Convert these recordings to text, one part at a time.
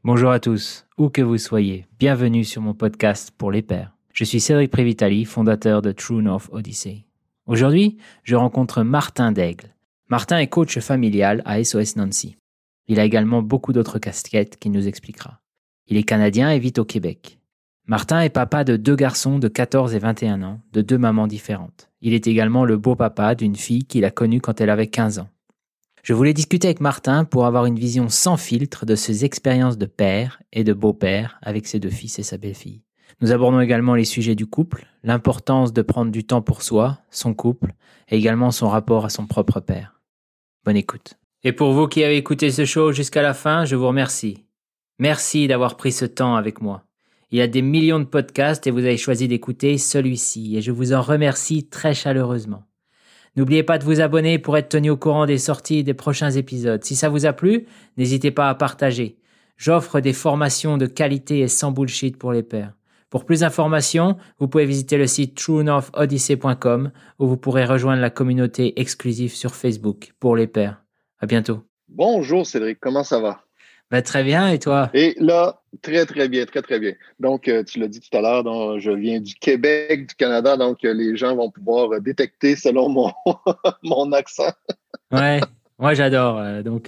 Bonjour à tous, où que vous soyez, bienvenue sur mon podcast pour les pères. Je suis Cédric Prévitali, fondateur de True North Odyssey. Aujourd'hui, je rencontre Martin Daigle. Martin est coach familial à SOS Nancy. Il a également beaucoup d'autres casquettes qu'il nous expliquera. Il est canadien et vit au Québec. Martin est papa de 2 garçons de 14 et 21 ans, de 2 mamans différentes. Il est également le beau-papa d'une fille qu'il a connue quand elle avait 15 ans. Je voulais discuter avec Martin pour avoir une vision sans filtre de ses expériences de père et de beau-père avec ses 2 fils et sa belle-fille. Nous abordons également les sujets du couple, l'importance de prendre du temps pour soi, son couple, et également son rapport à son propre père. Bonne écoute. Et pour vous qui avez écouté ce show jusqu'à la fin, je vous remercie. Merci d'avoir pris ce temps avec moi. Il y a des millions de podcasts et vous avez choisi d'écouter celui-ci, et je vous en remercie très chaleureusement. N'oubliez pas de vous abonner pour être tenu au courant des sorties des prochains épisodes. Si ça vous a plu, n'hésitez pas à partager. J'offre des formations de qualité et sans bullshit pour les pairs. Pour plus d'informations, vous pouvez visiter le site truenorthodyssey.com où vous pourrez rejoindre la communauté exclusive sur Facebook pour les pairs. À bientôt. Bonjour Cédric, comment ça va? Très bien, et toi? Et là, très, très bien, très, très bien. Donc, tu l'as dit tout à l'heure, donc, je viens du Québec, du Canada, donc les gens vont pouvoir détecter selon mon accent. Ouais, moi j'adore.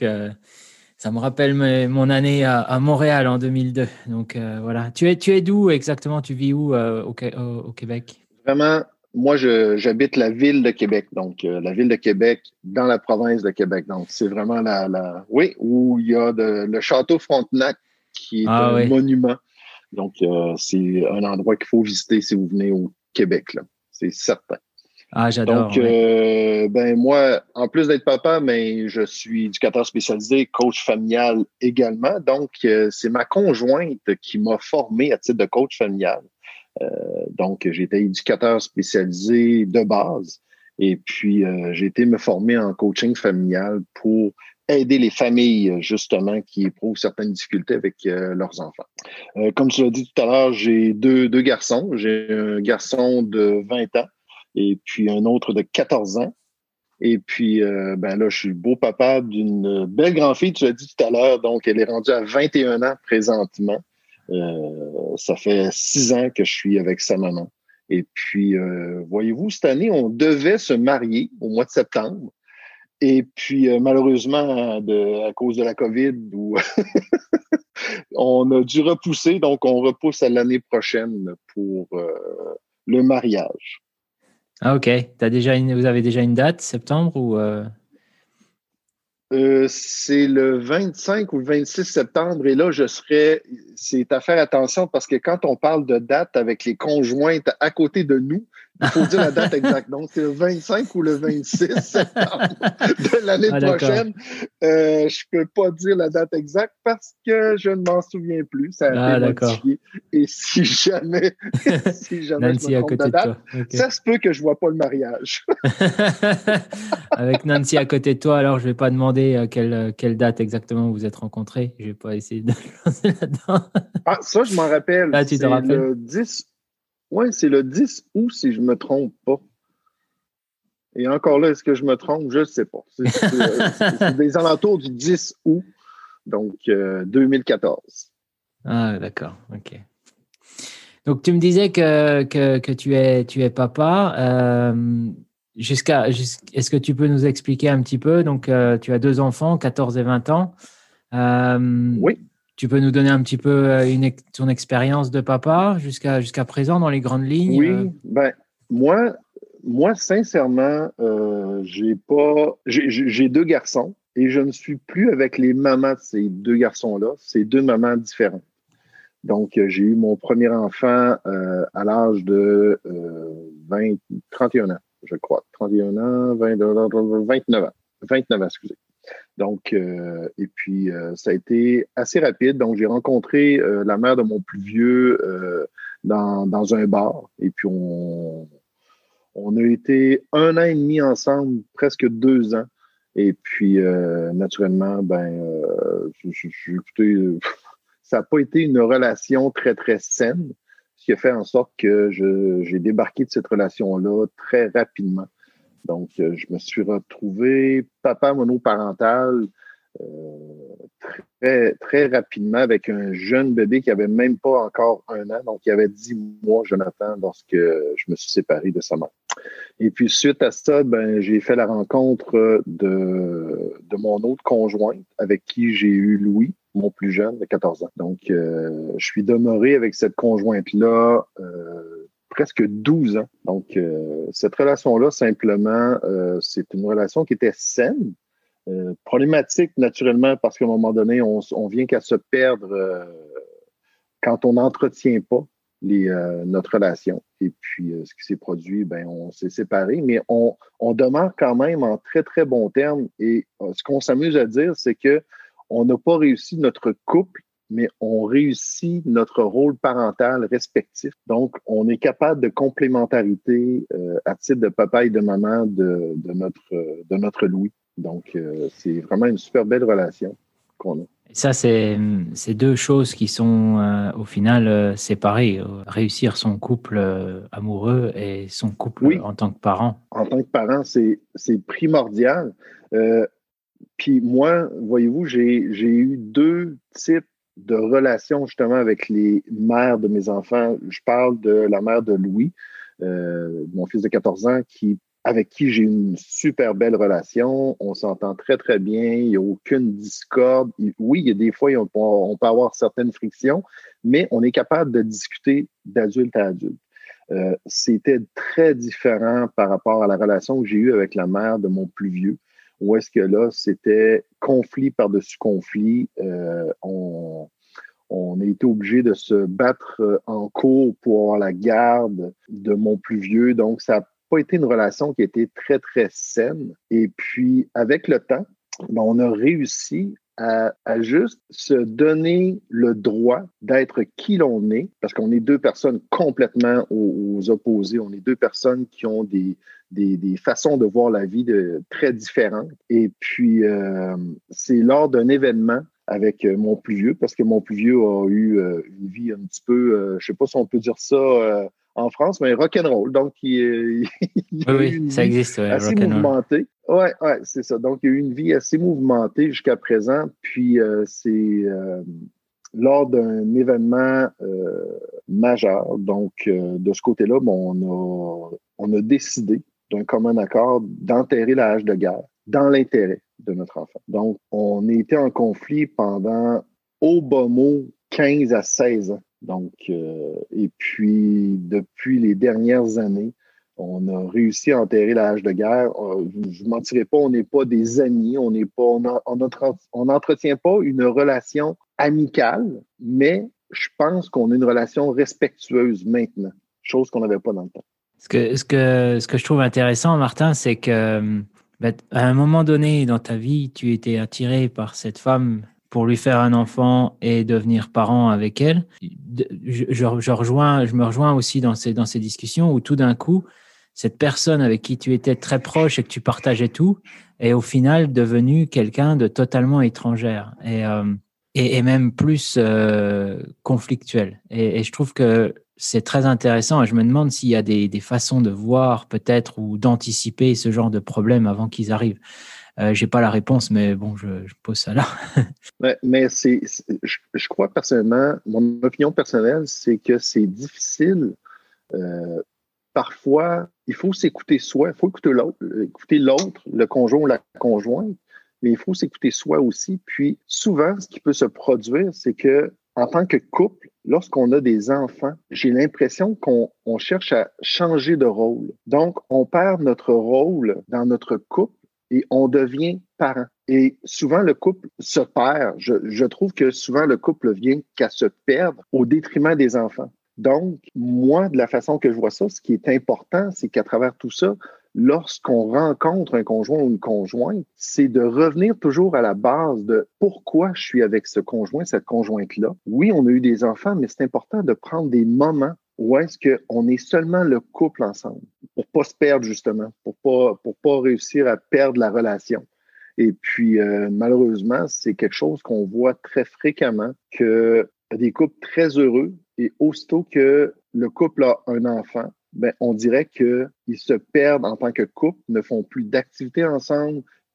Ça me rappelle mon année à Montréal en 2002. Donc voilà. Tu es d'où exactement? Tu vis où au Québec? Vraiment, moi, j'habite la ville de Québec, donc la ville de Québec dans la province de Québec. Donc, c'est vraiment oui, où il y a le château Frontenac qui est Ah un oui. monument. Donc, c'est un endroit qu'il faut visiter si vous venez au Québec, là. C'est certain. Ah, j'adore, Donc, ouais. moi, en plus d'être papa, mais je suis éducateur spécialisé, coach familial également. Donc, c'est ma conjointe qui m'a formé à titre de coach familial. Donc, j'étais éducateur spécialisé de base. Et puis, j'ai été me former en coaching familial pour aider les familles, justement, qui éprouvent certaines difficultés avec leurs enfants. Comme tu l'as dit tout à l'heure, j'ai deux garçons. J'ai un garçon de 20 ans et puis un autre de 14 ans. Et puis, là, je suis le beau-papa d'une belle grande-fille, tu l'as dit tout à l'heure, donc elle est rendue à 21 ans présentement. Ça fait 6 ans que je suis avec sa maman. Et puis, voyez-vous, cette année, on devait se marier au mois de septembre. Et puis, malheureusement, à cause de la COVID, on a dû repousser, donc on repousse à l'année prochaine pour le mariage. Ah, ok. Vous avez déjà une date, septembre ou C'est le 25 ou le 26 septembre et là, c'est à faire attention parce que quand on parle de date avec les conjointes à côté de nous, il faut dire la date exacte. Donc, c'est le 25 ou le 26 septembre de l'année Ah, d'accord. prochaine. Je peux pas dire la date exacte parce que je ne m'en souviens plus. Ça a été Ah, d'accord. modifié. Et si jamais, si jamais je me Nancy à trompe de côté de date, toi. Ok. ça se peut que je vois pas le mariage. Avec Nancy à côté de toi, alors je vais pas demander quelle date exactement vous vous êtes rencontrés. Je vais pas essayer de le lancer là-dedans. Ah, ça, je m'en rappelle. Ah, tu te rappelles? C'est le 10 août, si je me trompe pas. Et encore là, est-ce que je me trompe? Je ne sais pas. C'est des alentours du 10 août, donc 2014. Ah, d'accord. Ok. Donc, tu me disais que tu es papa. Est-ce que tu peux nous expliquer un petit peu? Donc, tu as 2 enfants, 14 et 20 ans. Oui, Tu peux nous donner un petit peu ton expérience de papa jusqu'à présent dans les grandes lignes? oui. Ben, moi sincèrement, j'ai 2 garçons et je ne suis plus avec les mamans de ces 2 garçons-là. C'est 2 mamans différentes. Donc, j'ai eu mon premier enfant à l'âge de 31 ans, je crois. 31 ans, 29 ans. 29 ans, excusez. Donc, et puis, ça a été assez rapide. Donc, j'ai rencontré la mère de mon plus vieux dans un bar. Et puis, on a été 1 an et demi ensemble, presque 2 ans. Et puis, naturellement, écoutez, ça n'a pas été une relation très, très saine, ce qui a fait en sorte que j'ai débarqué de cette relation-là très rapidement. Donc, je me suis retrouvé papa monoparental très, très rapidement avec un jeune bébé qui avait même pas encore 1 an. Donc, il avait 10 mois, Jonathan, lorsque je me suis séparé de sa mère. Et puis, suite à ça, ben, j'ai fait la rencontre de mon autre conjointe avec qui j'ai eu Louis, mon plus jeune, de 14 ans. Donc, je suis demeuré avec cette conjointe-là presque 12 ans. Donc, cette relation-là, simplement, c'est une relation qui était saine, problématique, naturellement, parce qu'à un moment donné, on vient qu'à se perdre quand on n'entretient pas notre relation. Et puis, ce qui s'est produit, ben, on s'est séparés, mais on demeure quand même en très, très bons termes. Et ce qu'on s'amuse à dire, c'est que on n'a pas réussi notre couple, mais on réussit notre rôle parental respectif. Donc, on est capable de complémentarité à titre de papa et de maman de notre Louis. Donc, c'est vraiment une super belle relation qu'on a. Et ça, c'est deux choses qui sont au final séparées. Réussir son couple amoureux et son couple Oui, en tant que parent. en tant que parent, c'est primordial. Puis moi, voyez-vous, j'ai eu 2 types de relations justement avec les mères de mes enfants. Je parle de la mère de Louis, mon fils de 14 ans, avec qui j'ai une super belle relation. On s'entend très, très bien. Il n'y a aucune discorde. Oui, il y a des fois, on peut avoir certaines frictions, mais on est capable de discuter d'adulte à adulte. C'était très différent par rapport à la relation que j'ai eue avec la mère de mon plus vieux, où est-ce que là, c'était conflit par-dessus conflit. On a été obligé de se battre en cours pour avoir la garde de mon plus vieux. Donc, ça n'a pas été une relation qui a été très, très saine. Et puis, avec le temps, ben, on a réussi à juste se donner le droit d'être qui l'on est, parce qu'on est 2 personnes complètement aux opposés. On est 2 personnes qui ont des façons de voir la vie très différentes. Et puis, c'est lors d'un événement avec mon plus vieux, parce que mon plus vieux a eu une vie un petit peu, je sais pas si on peut dire ça en France, mais rock'n'roll. Donc, il Oui, a eu oui, une ça vie existe, ouais, assez rock'n'roll. mouvementée. Ouais, c'est ça. Donc, il y a eu une vie assez mouvementée jusqu'à présent. Puis, c'est lors d'un événement majeur. Donc, de ce côté-là, bon, on a décidé d'un commun accord d'enterrer la hache de guerre dans l'intérêt de notre enfant. Donc, on a été en conflit pendant, au bas mot, 15 à 16 ans. Donc, et puis, depuis les dernières années, on a réussi à enterrer la hache de guerre. Je ne mentirai pas, on n'est pas des amis, on n'entretient pas une relation amicale, mais je pense qu'on a une relation respectueuse maintenant, chose qu'on n'avait pas dans le temps. Ce que je trouve intéressant, Martin, c'est que à un moment donné dans ta vie, tu étais attiré par cette femme pour lui faire un enfant et devenir parent avec elle. Je me rejoins aussi dans ces discussions où tout d'un coup, cette personne avec qui tu étais très proche et que tu partageais tout est au final devenue quelqu'un de totalement étrangère et même plus conflictuel. Et je trouve que c'est très intéressant et je me demande s'il y a des façons de voir peut-être ou d'anticiper ce genre de problème avant qu'ils arrivent. J'ai pas la réponse, mais bon, je pose ça là. Mais je crois personnellement, mon opinion personnelle, c'est que c'est difficile. Parfois, il faut s'écouter soi, il faut écouter l'autre, le conjoint ou la conjointe, mais il faut s'écouter soi aussi. Puis souvent, ce qui peut se produire, c'est que en tant que couple, lorsqu'on a des enfants, j'ai l'impression qu'on cherche à changer de rôle. Donc, on perd notre rôle dans notre couple et on devient parent. Et souvent, le couple se perd. Je trouve que souvent, le couple vient qu'à se perdre au détriment des enfants. Donc, moi, de la façon que je vois ça, ce qui est important, c'est qu'à travers tout ça, lorsqu'on rencontre un conjoint ou une conjointe, c'est de revenir toujours à la base de pourquoi je suis avec ce conjoint, cette conjointe-là. Oui, on a eu des enfants, mais c'est important de prendre des moments où est-ce qu'on est seulement le couple ensemble pour pas se perdre, justement, pour pas réussir à perdre la relation. Et puis, malheureusement, c'est quelque chose qu'on voit très fréquemment, que des couples très heureux, et aussitôt que le couple a un enfant, ben, on dirait qu'ils se perdent en tant que couple, ne font plus d'activités ensemble,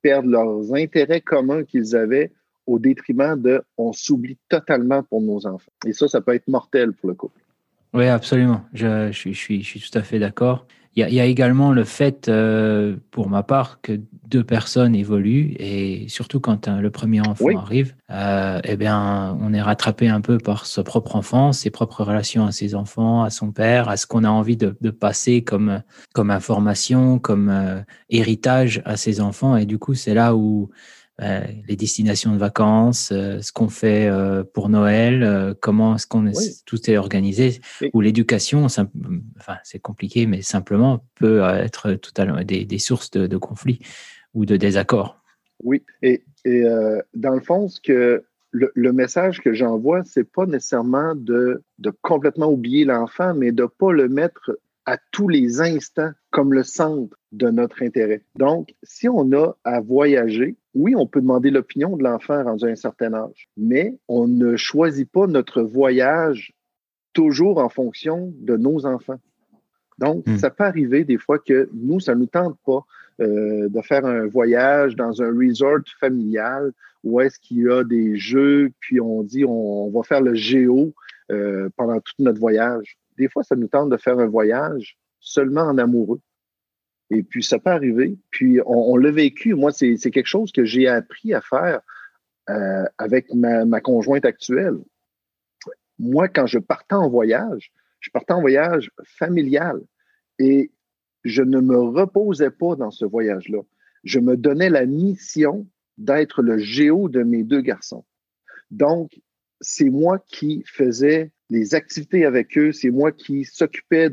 perdent leurs intérêts communs qu'ils avaient au détriment de « on s'oublie totalement pour nos enfants ». Et ça peut être mortel pour le couple. Oui, absolument. Je suis tout à fait d'accord. Il y a également le fait, pour ma part, que deux personnes évoluent et surtout quand le premier enfant arrive, eh bien, on est rattrapé un peu par sa propre enfance, ses propres relations à ses enfants, à son père, à ce qu'on a envie de passer comme information, comme héritage à ses enfants. Et du coup, c'est là où les destinations de vacances, ce qu'on fait pour Noël, comment est-ce tout est organisé, ou l'éducation, enfin, c'est compliqué, mais simplement peut être totalement des sources de conflits ou de désaccords. Oui, et dans le fond, le message que j'envoie, c'est pas nécessairement de complètement oublier l'enfant, mais de pas le mettre à tous les instants comme le centre de notre intérêt. Donc, si on a à voyager, oui, on peut demander l'opinion de l'enfant rendu à un certain âge, mais on ne choisit pas notre voyage toujours en fonction de nos enfants. Donc, ça peut arriver des fois que nous, ça ne nous tente pas de faire un voyage dans un resort familial où est-ce qu'il y a des jeux, puis on dit on va faire le géo pendant tout notre voyage. Des fois, ça nous tente de faire un voyage seulement en amoureux. Et puis, ça peut arriver. Puis, on l'a vécu. Moi, c'est quelque chose que j'ai appris à faire avec ma conjointe actuelle. Moi, quand je partais en voyage familial et je ne me reposais pas dans ce voyage-là. Je me donnais la mission d'être le géo de mes deux garçons. Donc, c'est moi qui faisais les activités avec eux, c'est moi qui s'occupais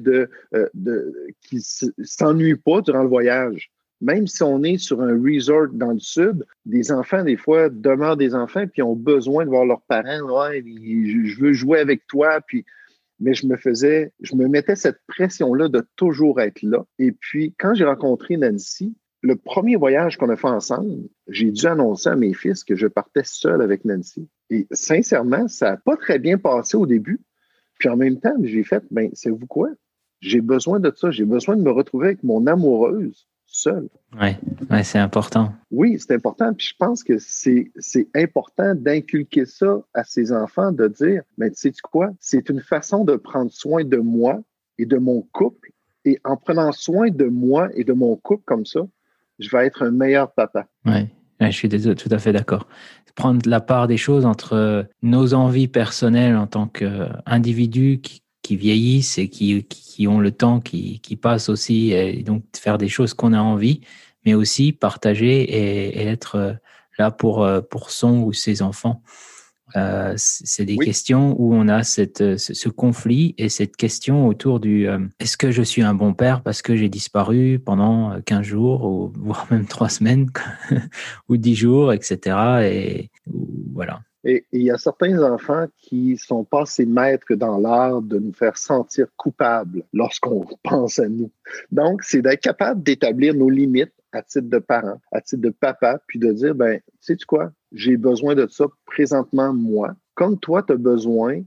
qui ne s'ennuient pas durant le voyage. Même si on est sur un resort dans le sud, des enfants, des fois, demeurent des enfants puis ont besoin de voir leurs parents. Ouais, je veux jouer avec toi. Mais je me mettais cette pression-là de toujours être là. Et puis, quand j'ai rencontré Nancy, le premier voyage qu'on a fait ensemble, j'ai dû annoncer à mes fils que je partais seul avec Nancy. Et sincèrement, ça n'a pas très bien passé au début. Puis en même temps, j'ai fait, savez-vous quoi? J'ai besoin de ça. J'ai besoin de me retrouver avec mon amoureuse seule. Ouais, c'est important. Oui, c'est important. Puis je pense que c'est important d'inculquer ça à ses enfants, de dire, tu sais quoi? C'est une façon de prendre soin de moi et de mon couple. Et en prenant soin de moi et de mon couple comme ça, je vais être un meilleur papa. Oui, je suis tout à fait d'accord. Prendre la part des choses entre nos envies personnelles en tant qu'individus qui vieillissent et qui ont le temps qui passe aussi, et donc faire des choses qu'on a envie, mais aussi partager et être là pour son ou ses enfants. C'est des questions où on a ce conflit et cette question autour du est-ce que je suis un bon père parce que j'ai disparu pendant 15 jours ou voire même 3 semaines ou 10 jours, etc. Et voilà. Et il y a certains enfants qui sont pas assez maîtres dans l'art de nous faire sentir coupables lorsqu'on pense à nous. Donc, c'est d'être capable d'établir nos limites à titre de parent, à titre de papa, puis de dire, sais-tu quoi? J'ai besoin de ça présentement, moi. Comme toi, tu as besoin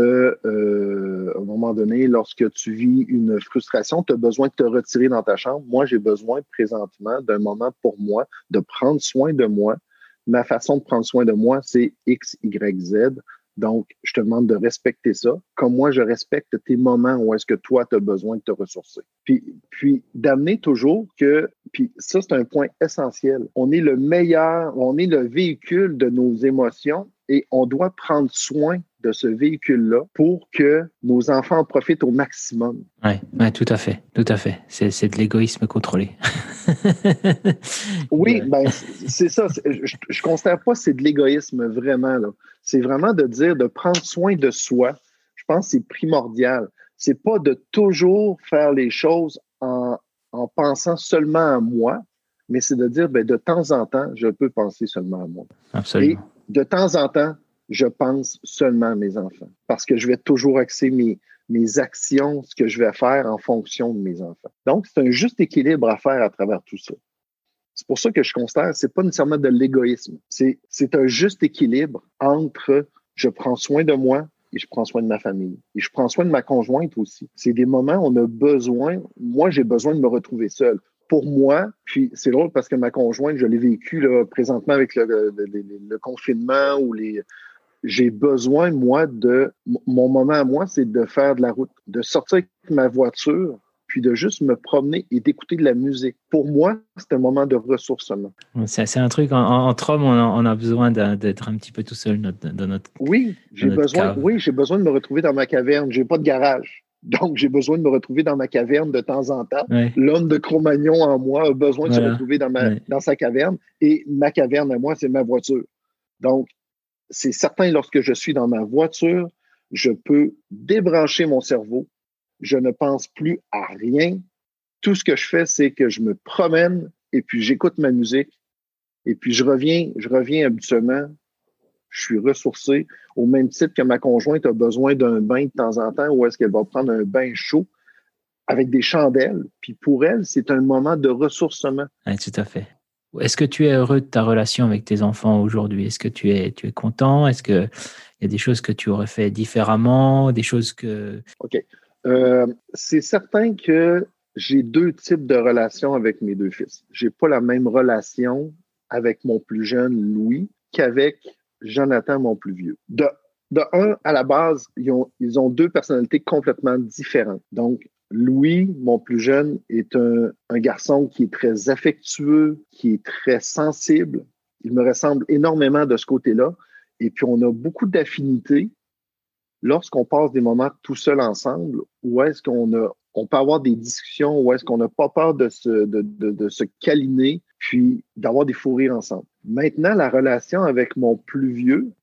à un moment donné, lorsque tu vis une frustration, tu as besoin de te retirer dans ta chambre. Moi, j'ai besoin présentement d'un moment pour moi, de prendre soin de moi. Ma façon de prendre soin de moi, c'est X, Y, Z. Donc, je te demande de respecter ça, comme moi, je respecte tes moments où est-ce que toi, tu as besoin de te ressourcer. Puis d'amener toujours puis ça, c'est un point essentiel. On est le véhicule de nos émotions et on doit prendre soin de ce véhicule-là pour que nos enfants en profitent au maximum. Oui, tout à fait. C'est de l'égoïsme contrôlé. Oui, c'est ça. Je ne considère pas que c'est de l'égoïsme vraiment, là. C'est vraiment de dire de prendre soin de soi. Je pense que c'est primordial. C'est pas de toujours faire les choses en pensant seulement à moi, mais c'est de dire de temps en temps, je peux penser seulement à moi. Absolument. Et de temps en temps, je pense seulement à mes enfants parce que je vais toujours axer mes actions, ce que je vais faire en fonction de mes enfants. Donc, c'est un juste équilibre à faire à travers tout ça. C'est pour ça que je considère que ce n'est pas nécessairement de l'égoïsme. C'est un juste équilibre entre je prends soin de moi et je prends soin de ma famille. Et je prends soin de ma conjointe aussi. C'est des moments où on a besoin, moi j'ai besoin de me retrouver seul. pour moi, puis c'est drôle parce que ma conjointe, je l'ai vécu là, présentement avec le confinement ou j'ai besoin, moi, mon moment à moi, c'est de faire de la route, de sortir avec ma voiture, puis de juste me promener et d'écouter de la musique. Pour moi, c'est un moment de ressourcement. C'est un truc, entre hommes, on a besoin d'être un petit peu tout seul dans notre cave. Oui, j'ai besoin de me retrouver dans ma caverne. J'ai pas de garage. Donc, j'ai besoin de me retrouver dans ma caverne de temps en temps. Ouais, L'homme de Cro-Magnon en moi a besoin de se voilà. retrouver Ouais. dans sa caverne. Et ma caverne à moi, c'est ma voiture. Donc, c'est certain, lorsque je suis dans ma voiture, je peux débrancher mon cerveau. Je ne pense plus à rien. Tout ce que je fais, c'est que je me promène et puis j'écoute ma musique. Et puis je reviens habituellement. Je suis ressourcé au même titre que ma conjointe a besoin d'un bain de temps en temps ou est-ce qu'elle va prendre un bain chaud avec des chandelles. Puis pour elle, c'est un moment de ressourcement. Ouais, tout à fait. Est-ce que tu es heureux de ta relation avec tes enfants aujourd'hui? Est-ce que tu es content? Est-ce qu'il y a des choses que tu aurais fait différemment? Des choses que... OK. C'est certain que j'ai deux types de relations avec mes deux fils. J'ai pas la même relation avec mon plus jeune, Louis, qu'avec Jonathan, mon plus vieux. De un, à la base, ils ont deux personnalités complètement différentes. Donc, Louis, mon plus jeune, est un garçon qui est très affectueux, qui est très sensible. Il me ressemble énormément de ce côté-là. Et puis, on a beaucoup d'affinités lorsqu'on passe des moments tout seul ensemble, où est-ce on peut avoir des discussions, où est-ce qu'on n'a pas peur de se câliner, puis d'avoir des fous rires ensemble. Maintenant, la relation avec mon plus vieux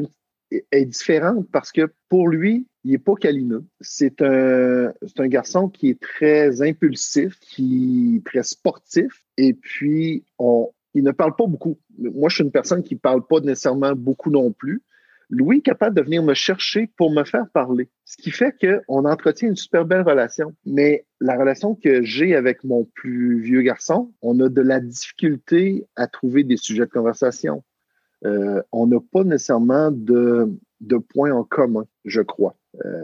est différente parce que pour lui, il n'est pas câlineux. C'est un garçon qui est très impulsif, qui est très sportif, et puis il ne parle pas beaucoup. Moi, je suis une personne qui ne parle pas nécessairement beaucoup non plus. Louis est capable de venir me chercher pour me faire parler. Ce qui fait qu'on entretient une super belle relation. Mais la relation que j'ai avec mon plus vieux garçon, on a de la difficulté à trouver des sujets de conversation. On n'a pas nécessairement de points en commun, je crois.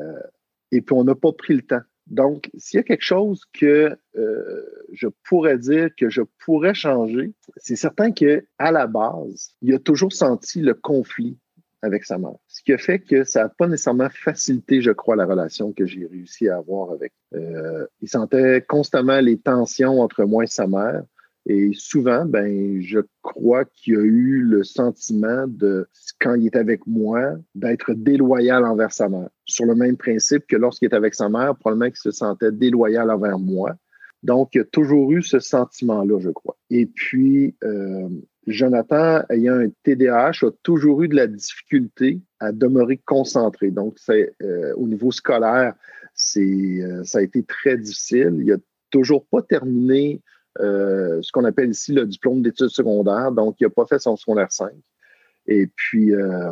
Et puis, on n'a pas pris le temps. Donc, s'il y a quelque chose que je pourrais dire que je pourrais changer, c'est certain qu'à la base, il a toujours senti le conflit avec sa mère. Ce qui a fait que ça n'a pas nécessairement facilité, je crois, la relation que j'ai réussi à avoir avec. Il sentait constamment les tensions entre moi et sa mère. Et souvent, je crois qu'il a eu le sentiment quand il est avec moi, d'être déloyal envers sa mère. Sur le même principe que lorsqu'il est avec sa mère, probablement qu'il se sentait déloyal envers moi. Donc, il a toujours eu ce sentiment-là, je crois. Et puis, Jonathan, ayant un TDAH, a toujours eu de la difficulté à demeurer concentré. Donc, au niveau scolaire, ça a été très difficile. Il n'a toujours pas terminé ce qu'on appelle ici le diplôme d'études secondaires. Donc, il n'a pas fait son secondaire 5. Et puis,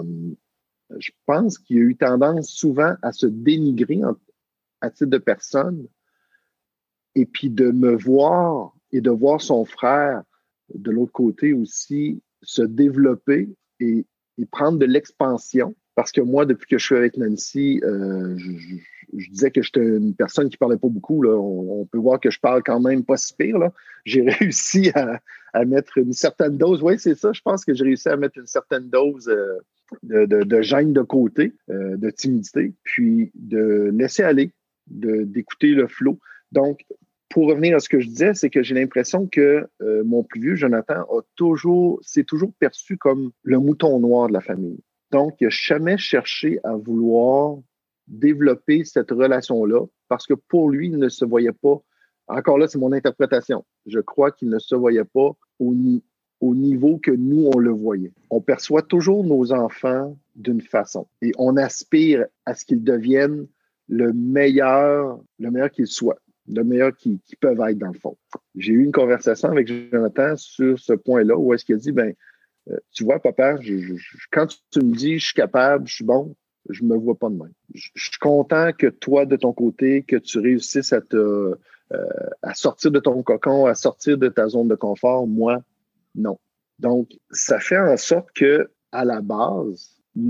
je pense qu'il a eu tendance souvent à se dénigrer à titre de personne et puis de me voir et de voir son frère de l'autre côté aussi se développer et prendre de l'expansion. Parce que moi, depuis que je suis avec Nancy, je disais que j'étais une personne qui parlait pas beaucoup. Là. On peut voir que je parle quand même pas si pire. Là. J'ai réussi à mettre une certaine dose. Oui, c'est ça. Je pense que j'ai réussi à mettre une certaine dose de gêne de côté, de timidité, puis de laisser aller, d'écouter le flow. Donc, pour revenir à ce que je disais, c'est que j'ai l'impression que mon plus vieux, Jonathan, s'est toujours perçu comme le mouton noir de la famille. Donc, il n'a jamais cherché à vouloir développer cette relation-là parce que pour lui, il ne se voyait pas, encore là, c'est mon interprétation, je crois qu'il ne se voyait pas au niveau que nous, on le voyait. On perçoit toujours nos enfants d'une façon et on aspire à ce qu'ils deviennent le meilleur qu'ils soient, le meilleur qu'ils peuvent être dans le fond. J'ai eu une conversation avec Jonathan sur ce point-là où est-ce qu'il a dit, tu vois, papa, quand tu me dis je suis capable, je suis bon, je me vois pas de même. Je suis content que toi, de ton côté, que tu réussisses à sortir de ton cocon, à sortir de ta zone de confort. Moi, non. Donc, ça fait en sorte que, à la base,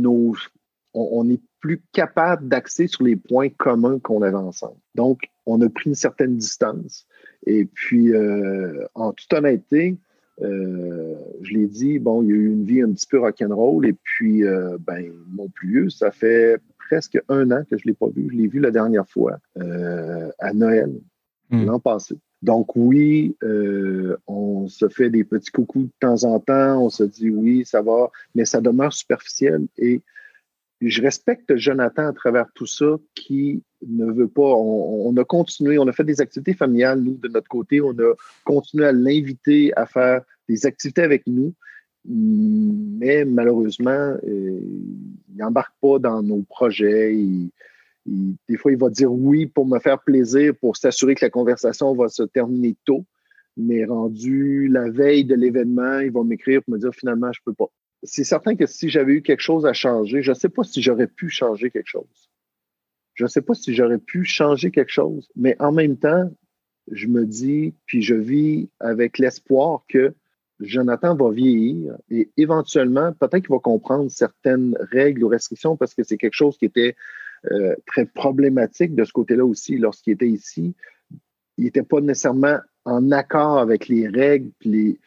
on n'est plus capable d'axer sur les points communs qu'on avait ensemble. Donc, on a pris une certaine distance. Et puis, en toute honnêteté, je l'ai dit, bon, il y a eu une vie un petit peu rock'n'roll. Et puis, mon plus vieux, ça fait presque 1 an que je ne l'ai pas vu. Je l'ai vu la dernière fois à Noël, l'an passé. Donc oui, on se fait des petits coucous de temps en temps, on se dit oui, ça va, mais ça demeure superficiel. Et je respecte Jonathan à travers tout ça qui ne veut pas. On a continué, on a fait des activités familiales, nous, de notre côté. On a continué à l'inviter à faire des activités avec nous. Mais malheureusement, il n'embarque pas dans nos projets. Des fois, il va dire oui pour me faire plaisir, pour s'assurer que la conversation va se terminer tôt. Mais rendu la veille de l'événement, il va m'écrire pour me dire finalement, je ne peux pas. C'est certain que si j'avais eu quelque chose à changer, je ne sais pas si j'aurais pu changer quelque chose. Je ne sais pas si j'aurais pu changer quelque chose, mais en même temps, je me dis, puis je vis avec l'espoir que Jonathan va vieillir et éventuellement, peut-être qu'il va comprendre certaines règles ou restrictions parce que c'est quelque chose qui était très problématique de ce côté-là aussi. Lorsqu'il était ici, il n'était pas nécessairement en accord avec les règles, puis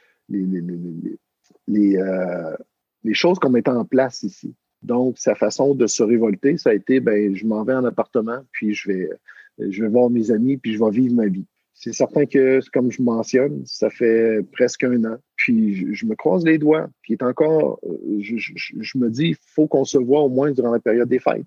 les choses qu'on mettait en place ici. Donc, sa façon de se révolter, ça a été, je m'en vais en appartement, puis je vais voir mes amis, puis je vais vivre ma vie. C'est certain que, comme je mentionne, ça fait presque 1 an, puis je me croise les doigts, puis il est encore, je me dis, il faut qu'on se voit au moins durant la période des fêtes.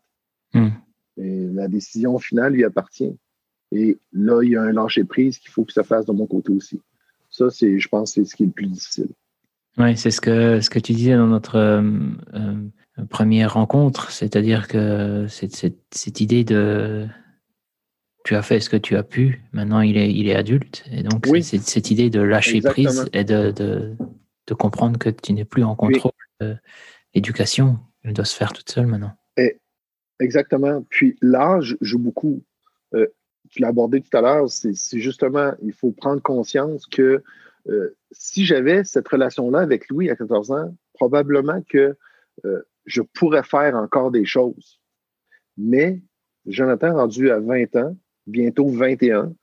Et la décision finale lui appartient. Et là, il y a un lâcher-prise qu'il faut que ça fasse de mon côté aussi. Ça, je pense, c'est ce qui est le plus difficile. Oui, c'est ce que tu disais dans notre première rencontre, c'est-à-dire que cette idée de tu as fait ce que tu as pu, maintenant il est adulte, et donc oui, c'est cette idée de lâcher prise et de comprendre que tu n'es plus en contrôle de l'éducation, elle doit se faire toute seule maintenant. Exactement. Puis l'âge joue beaucoup. Tu l'as abordé tout à l'heure, c'est justement, il faut prendre conscience que si j'avais cette relation-là avec Louis à 14 ans, probablement que je pourrais faire encore des choses. Mais Jonathan, rendu à 20 ans, bientôt 21,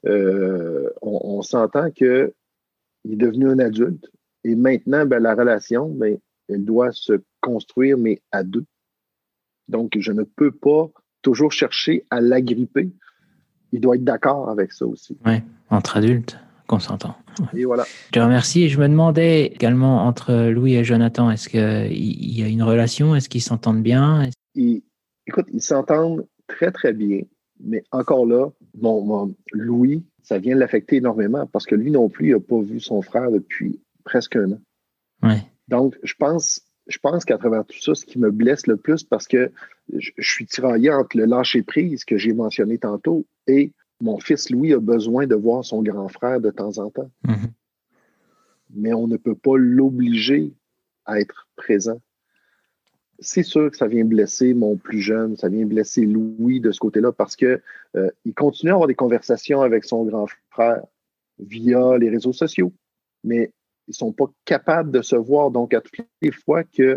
on s'entend qu'il est devenu un adulte. Et maintenant, la relation, elle doit se construire, mais à deux. Donc, je ne peux pas toujours chercher à l'agripper. Il doit être d'accord avec ça aussi. Oui, entre adultes, qu'on s'entend. Ouais. Et voilà. Je te remercie. Je me demandais également, entre Louis et Jonathan, est-ce qu'il y a une relation? Est-ce qu'ils s'entendent bien? Écoute, ils s'entendent très, très bien. Mais encore là, Louis, ça vient l'affecter énormément parce que lui non plus, il n'a pas vu son frère depuis presque 1 an. Ouais. Donc, je pense qu'à travers tout ça, ce qui me blesse le plus, parce que je suis tiraillé entre le lâcher-prise que j'ai mentionné tantôt et mon fils Louis a besoin de voir son grand frère de temps en temps. Mm-hmm. Mais on ne peut pas l'obliger à être présent. C'est sûr que ça vient blesser mon plus jeune, ça vient blesser Louis de ce côté-là parce que il continue à avoir des conversations avec son grand frère via les réseaux sociaux. Mais ils ne sont pas capables de se voir. Donc, à toutes les fois que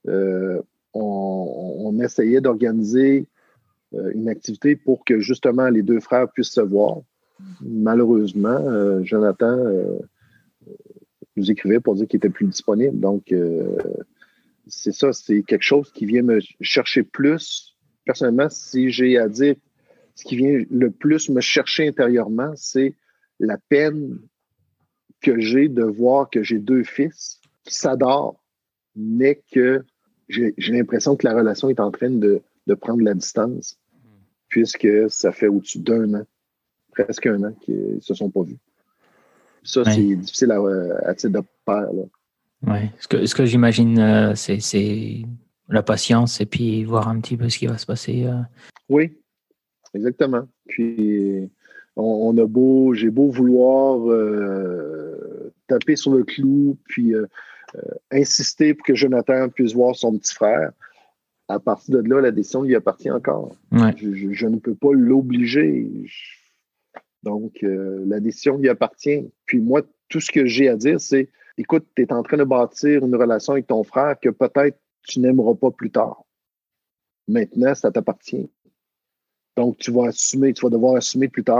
on essayait d'organiser une activité pour que justement les deux frères puissent se voir, malheureusement, Jonathan nous écrivait pour dire qu'il n'était plus disponible. Donc, c'est ça, c'est quelque chose qui vient me chercher plus. Personnellement, si j'ai à dire ce qui vient le plus me chercher intérieurement, c'est la peine que j'ai de voir que j'ai 2 fils qui s'adorent, mais que j'ai l'impression que la relation est en train de prendre la distance, puisque ça fait au-dessus d'1 an, presque 1 an qu'ils ne se sont pas vus. Ça, ouais. C'est difficile à titre de père. Oui. Ce que j'imagine, c'est la patience et puis voir un petit peu ce qui va se passer. Oui, exactement. Puis, j'ai beau vouloir taper sur le clou, puis insister pour que Jonathan puisse voir son petit frère. À partir de là, la décision lui appartient encore. Ouais. Je ne peux pas l'obliger. Donc, la décision lui appartient. Puis moi, tout ce que j'ai à dire, c'est, écoute, tu es en train de bâtir une relation avec ton frère que peut-être tu n'aimeras pas plus tard. Maintenant, ça t'appartient. Donc, tu vas devoir assumer plus tard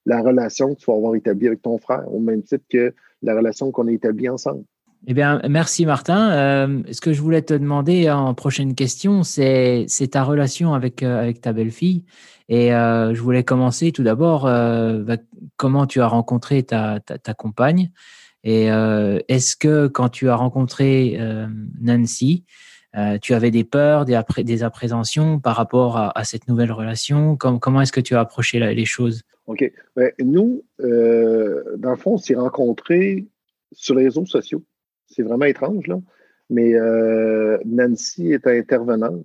la relation que tu vas avoir établie avec ton frère, au même titre que la relation qu'on a établie ensemble. Eh bien, merci Martin. Ce que je voulais te demander en prochaine question, c'est ta relation avec ta belle-fille. Et je voulais commencer tout d'abord, comment tu as rencontré ta compagne. Et est-ce que quand tu as rencontré Nancy, tu avais des peurs, des appréhensions par rapport à cette nouvelle relation? Comment est-ce que tu as approché les choses? OK. Ben, nous, dans le fond, on s'est rencontrés sur les réseaux sociaux. C'est vraiment étrange, là. Mais Nancy est intervenante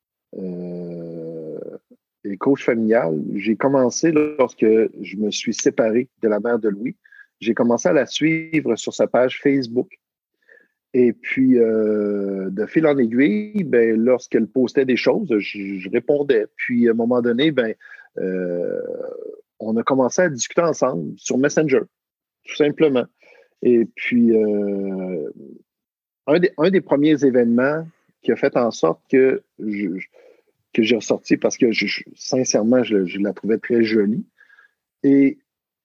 et coach familial. J'ai commencé lorsque je me suis séparé de la mère de Louis. J'ai commencé à la suivre sur sa page Facebook. Et puis, de fil en aiguille, ben, lorsqu'elle postait des choses, je répondais. Puis, à un moment donné, ben, on a commencé à discuter ensemble sur Messenger, tout simplement. Et puis, un des premiers événements qui a fait en sorte que j'ai ressorti, parce que sincèrement, je la trouvais très jolie. Et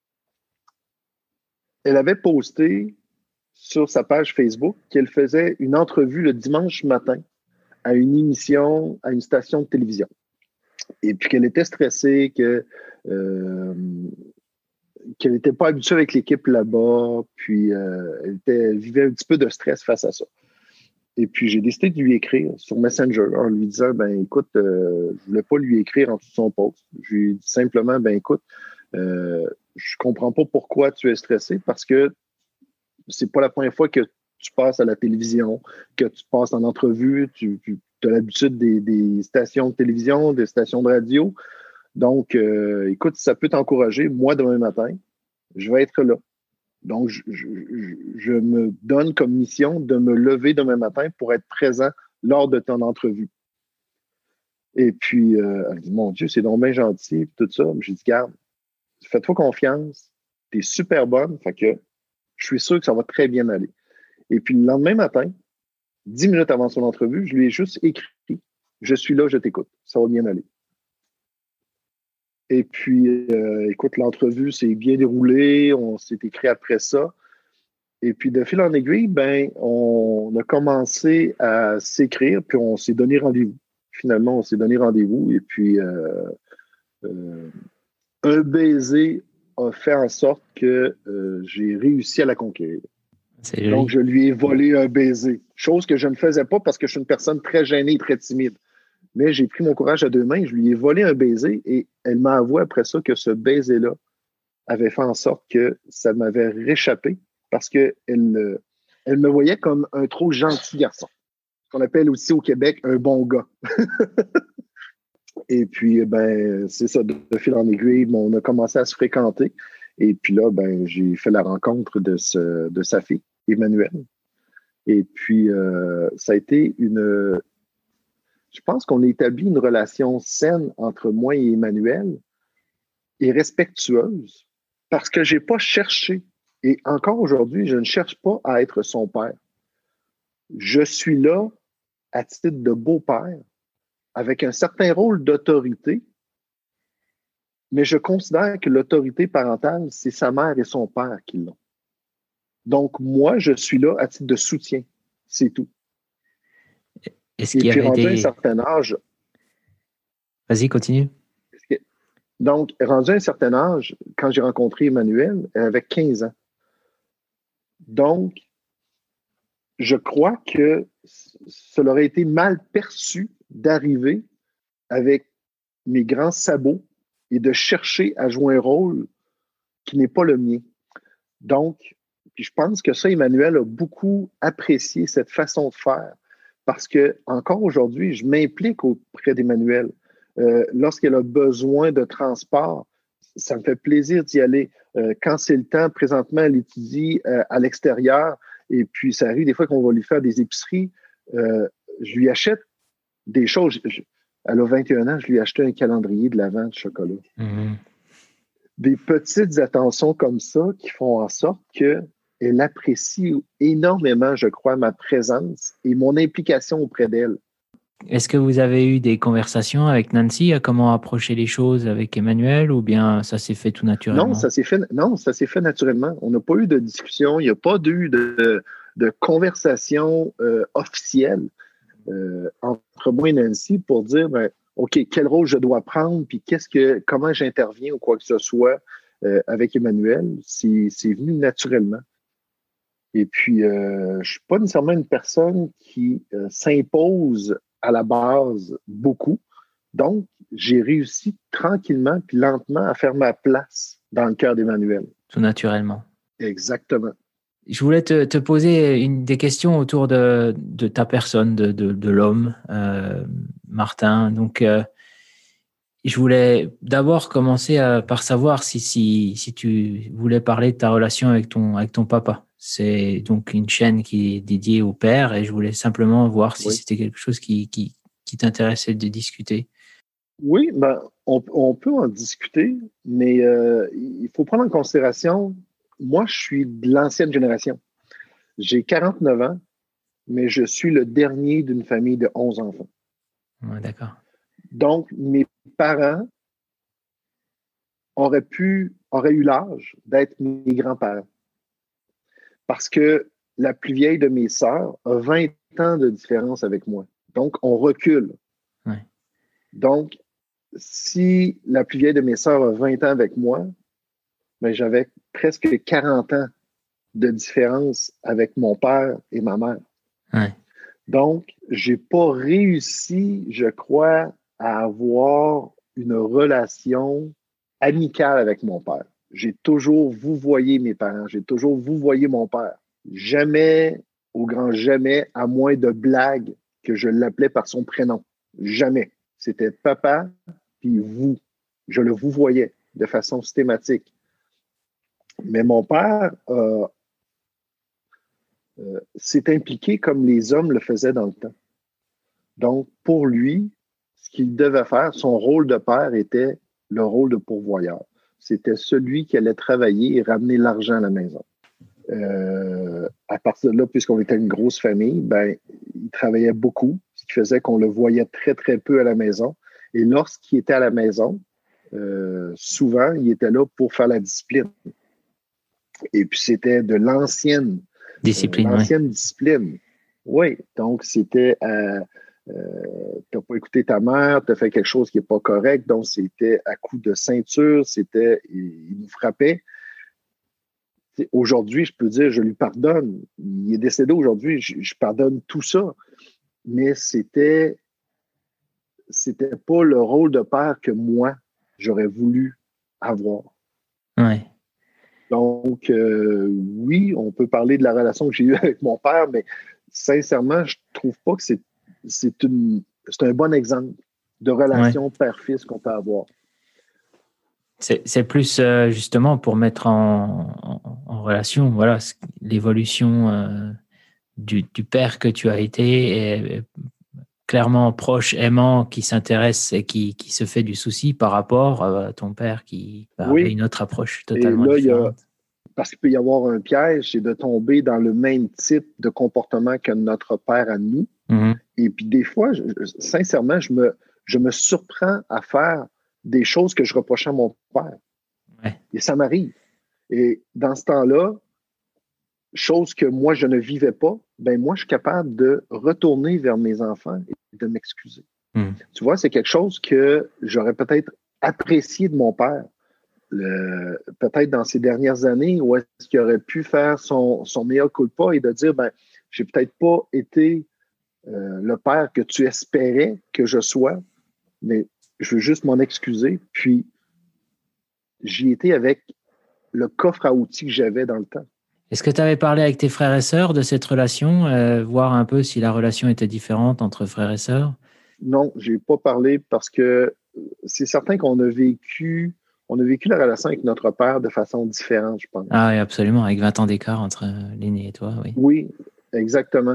elle avait posté sur sa page Facebook qu'elle faisait une entrevue le dimanche matin à une émission, à une station de télévision. Et puis qu'elle était stressée, qu'elle n'était pas habituée avec l'équipe là-bas, puis elle vivait un petit peu de stress face à ça. Et puis j'ai décidé de lui écrire sur Messenger en lui disant, ben écoute, je voulais pas lui écrire en dessous de son post. Je lui ai dit simplement, ben écoute, je comprends pas pourquoi tu es stressé, parce que c'est pas la première fois que tu passes à la télévision, que tu passes en entrevue, tu as l'habitude des stations de télévision, des stations de radio. Donc, écoute, ça peut t'encourager. Moi, demain matin, je vais être là. Donc, je me donne comme mission de me lever demain matin pour être présent lors de ton entrevue. Et puis, elle dit, mon Dieu, c'est donc bien gentil, tout ça. J'ai dit, garde, fais-toi confiance, t'es super bonne, fait que je suis sûr que ça va très bien aller. Et puis, le lendemain matin, 10 minutes avant son entrevue, je lui ai juste écrit, je suis là, je t'écoute, ça va bien aller. Et puis, écoute, l'entrevue s'est bien déroulée, on s'est écrit après ça. Et puis, de fil en aiguille, ben, on a commencé à s'écrire, puis on s'est donné rendez-vous. Finalement, on s'est donné rendez-vous, et puis un baiser a fait en sorte que j'ai réussi à la conquérir. Donc, je lui ai volé un baiser, chose que je ne faisais pas parce que je suis une personne très gênée et très timide. Mais j'ai pris mon courage à deux mains, je lui ai volé un baiser et elle m'a avoué après ça que ce baiser-là avait fait en sorte que ça m'avait réchappé parce qu'elle me voyait comme un trop gentil garçon, qu'on appelle aussi au Québec un bon gars. Et puis, ben, c'est ça, de fil en aiguille, on a commencé à se fréquenter. Et puis là, ben, j'ai fait la rencontre de sa fille, Emmanuelle. Et puis, ça a été je pense qu'on a établi une relation saine entre moi et Emmanuel et respectueuse parce que je n'ai pas cherché. Et encore aujourd'hui, je ne cherche pas à être son père. Je suis là à titre de beau-père avec un certain rôle d'autorité, mais je considère que l'autorité parentale, c'est sa mère et son père qui l'ont. Donc, moi, je suis là à titre de soutien. C'est tout. Est-ce qu'il y avait rendu à un certain âge... Vas-y, continue. Donc, rendu à un certain âge, quand j'ai rencontré Emmanuelle, elle avait 15 ans. Donc, je crois que ça aurait été mal perçu d'arriver avec mes grands sabots et de chercher à jouer un rôle qui n'est pas le mien. Donc, puis je pense que ça, Emmanuelle a beaucoup apprécié cette façon de faire parce que encore aujourd'hui, je m'implique auprès d'Emmanuelle. Lorsqu'elle a besoin de transport, ça me fait plaisir d'y aller. Quand c'est le temps, présentement, elle étudie à l'extérieur et puis ça arrive des fois qu'on va lui faire des épiceries. Je lui achète des choses. Elle a 21 ans, je lui ai acheté un calendrier de l'Avent de chocolat. Mm-hmm. Des petites attentions comme ça qui font en sorte qu'elle apprécie énormément, je crois, ma présence et mon implication auprès d'elle. est-ce que vous avez eu des conversations avec Nancy à comment approcher les choses avec Emmanuel ou bien ça s'est fait tout Non, naturellement? ça s'est fait naturellement. On n'a pas eu de discussion, il n'y a pas eu de conversation officielle entre moi et Nancy pour dire, ben, OK, quel rôle je dois prendre, puis comment j'interviens ou quoi que ce soit avec Emmanuel. C'est venu naturellement. Et puis, je ne suis pas nécessairement une personne qui s'impose à la base beaucoup. Donc, j'ai réussi tranquillement puis lentement à faire ma place dans le cœur d'Emmanuel. Tout naturellement. Exactement. Je voulais te poser des questions autour de ta personne, de l'homme, Martin. Donc, je voulais d'abord commencer par savoir si tu voulais parler de ta relation avec ton papa. C'est donc une chaîne qui est dédiée au père et je voulais simplement voir si Oui. c'était quelque chose qui t'intéressait de discuter. Oui, ben, on peut en discuter, mais il faut prendre en considération, moi, je suis de l'ancienne génération. J'ai 49 ans, mais je suis le dernier d'une famille de 11 enfants. Ouais, d'accord. Donc, mes parents auraient eu l'âge d'être mes grands-parents. Parce que la plus vieille de mes sœurs a 20 ans de différence avec moi. Donc, on recule. Ouais. Donc, si la plus vieille de mes sœurs a 20 ans avec moi, ben, j'avais presque 40 ans de différence avec mon père et ma mère. Ouais. Donc, j'ai pas réussi, je crois, à avoir une relation amicale avec mon père. J'ai toujours vouvoyé mes parents, j'ai toujours vouvoyé mon père. Jamais, au grand jamais, à moins de blagues que je l'appelais par son prénom. Jamais. C'était papa, puis vous. Je le vouvoyais de façon systématique. Mais mon père s'est impliqué comme les hommes le faisaient dans le temps. Donc, pour lui, ce qu'il devait faire, son rôle de père était le rôle de pourvoyeur. C'était celui qui allait travailler et ramener l'argent à la maison. À partir de là, puisqu'on était une grosse famille, ben, il travaillait beaucoup, ce qui faisait qu'on le voyait très, très peu à la maison. Et lorsqu'il était à la maison, souvent, il était là pour faire la discipline. Et puis, c'était de l'ancienne discipline. Oui, donc c'était t'as pas écouté ta mère, t'as fait quelque chose qui n'est pas correct, donc c'était à coup de ceinture, il nous frappait. Aujourd'hui, je peux dire, je lui pardonne. Il est décédé aujourd'hui, je pardonne tout ça. Mais c'était pas le rôle de père que moi, j'aurais voulu avoir. Ouais. Donc, oui, on peut parler de la relation que j'ai eue avec mon père, mais sincèrement, je trouve pas que c'est un bon exemple de relation père-fils qu'on peut avoir. C'est plus justement pour mettre en relation, voilà, l'évolution du père que tu as été est clairement proche, aimant, qui s'intéresse et qui se fait du souci par rapport à ton père qui avait Oui, une autre approche et totalement là, différente. parce qu'il peut y avoir un piège, c'est de tomber dans le même type de comportement que notre père à nous. Mm-hmm. Et puis des fois, sincèrement, je me surprends à faire des choses que je reprochais à mon père. Ouais. Et ça m'arrive. Et dans ce temps-là, chose que moi, je ne vivais pas, ben moi, je suis capable de retourner vers mes enfants et de m'excuser. Mm. Tu vois, c'est quelque chose que j'aurais peut-être apprécié de mon père. Peut-être dans ces dernières années, où est-ce qu'il aurait pu faire son mea culpa et de dire, ben, j'ai peut-être pas été le père que tu espérais que je sois, mais je veux juste m'en excuser. Puis, j'y étais avec le coffre à outils que j'avais dans le temps. Est-ce que tu avais parlé avec tes frères et sœurs de cette relation, voir un peu si la relation était différente entre frères et sœurs? Non, j'ai pas parlé parce que c'est certain qu'on a vécu la relation avec notre père de façon différente, je pense. Ah oui, absolument, avec 20 ans d'écart entre l'aîné et toi, oui. Oui, exactement.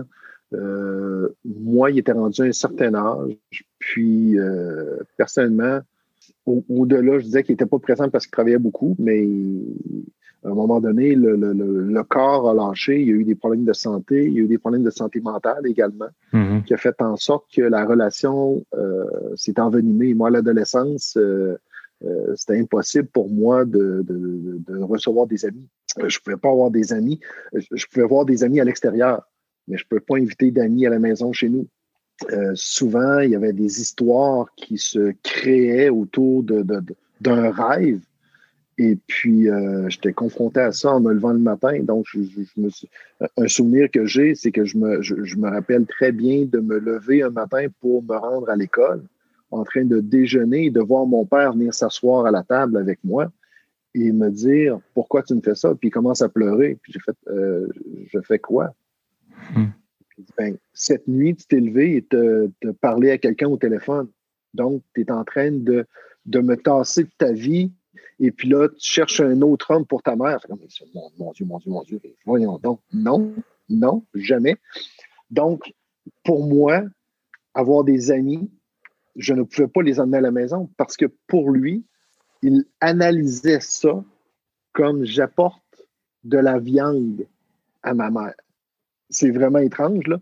Moi, il était rendu à un certain âge, puis personnellement, au-delà, je disais qu'il n'était pas présent parce qu'il travaillait beaucoup, mais À un moment donné, le corps a lâché, il y a eu des problèmes de santé, il y a eu des problèmes de santé mentale également, qui a fait en sorte que la relation s'est envenimée. Moi, à l'adolescence, c'était impossible pour moi de recevoir des amis. Je ne pouvais pas avoir des amis. Je pouvais avoir des amis à l'extérieur, mais je ne pouvais pas inviter d'amis à la maison chez nous. Souvent, il y avait des histoires qui se créaient autour d'un rêve. Et puis, j'étais confronté à ça en me levant le matin. Donc, un souvenir que j'ai, c'est que je me rappelle très bien de me lever un matin pour me rendre à l'école, en train de déjeuner et de voir mon père venir s'asseoir à la table avec moi et me dire « Pourquoi tu me fais ça? » Puis il commence à pleurer. Puis j'ai fait « Je fais quoi? » Puis il dit « Ben, cette nuit, tu t'es levé et te parlé à quelqu'un au téléphone. Donc, tu es en train de me tasser de ta vie. Et puis là, tu cherches un autre homme pour ta mère. » Mon Dieu, mon Dieu, mon Dieu. Voyons donc. Non, non, jamais. Donc, pour moi, avoir des amis, je ne pouvais pas les emmener à la maison parce que pour lui, il analysait ça comme j'apporte de la viande à ma mère. C'est vraiment étrange, là.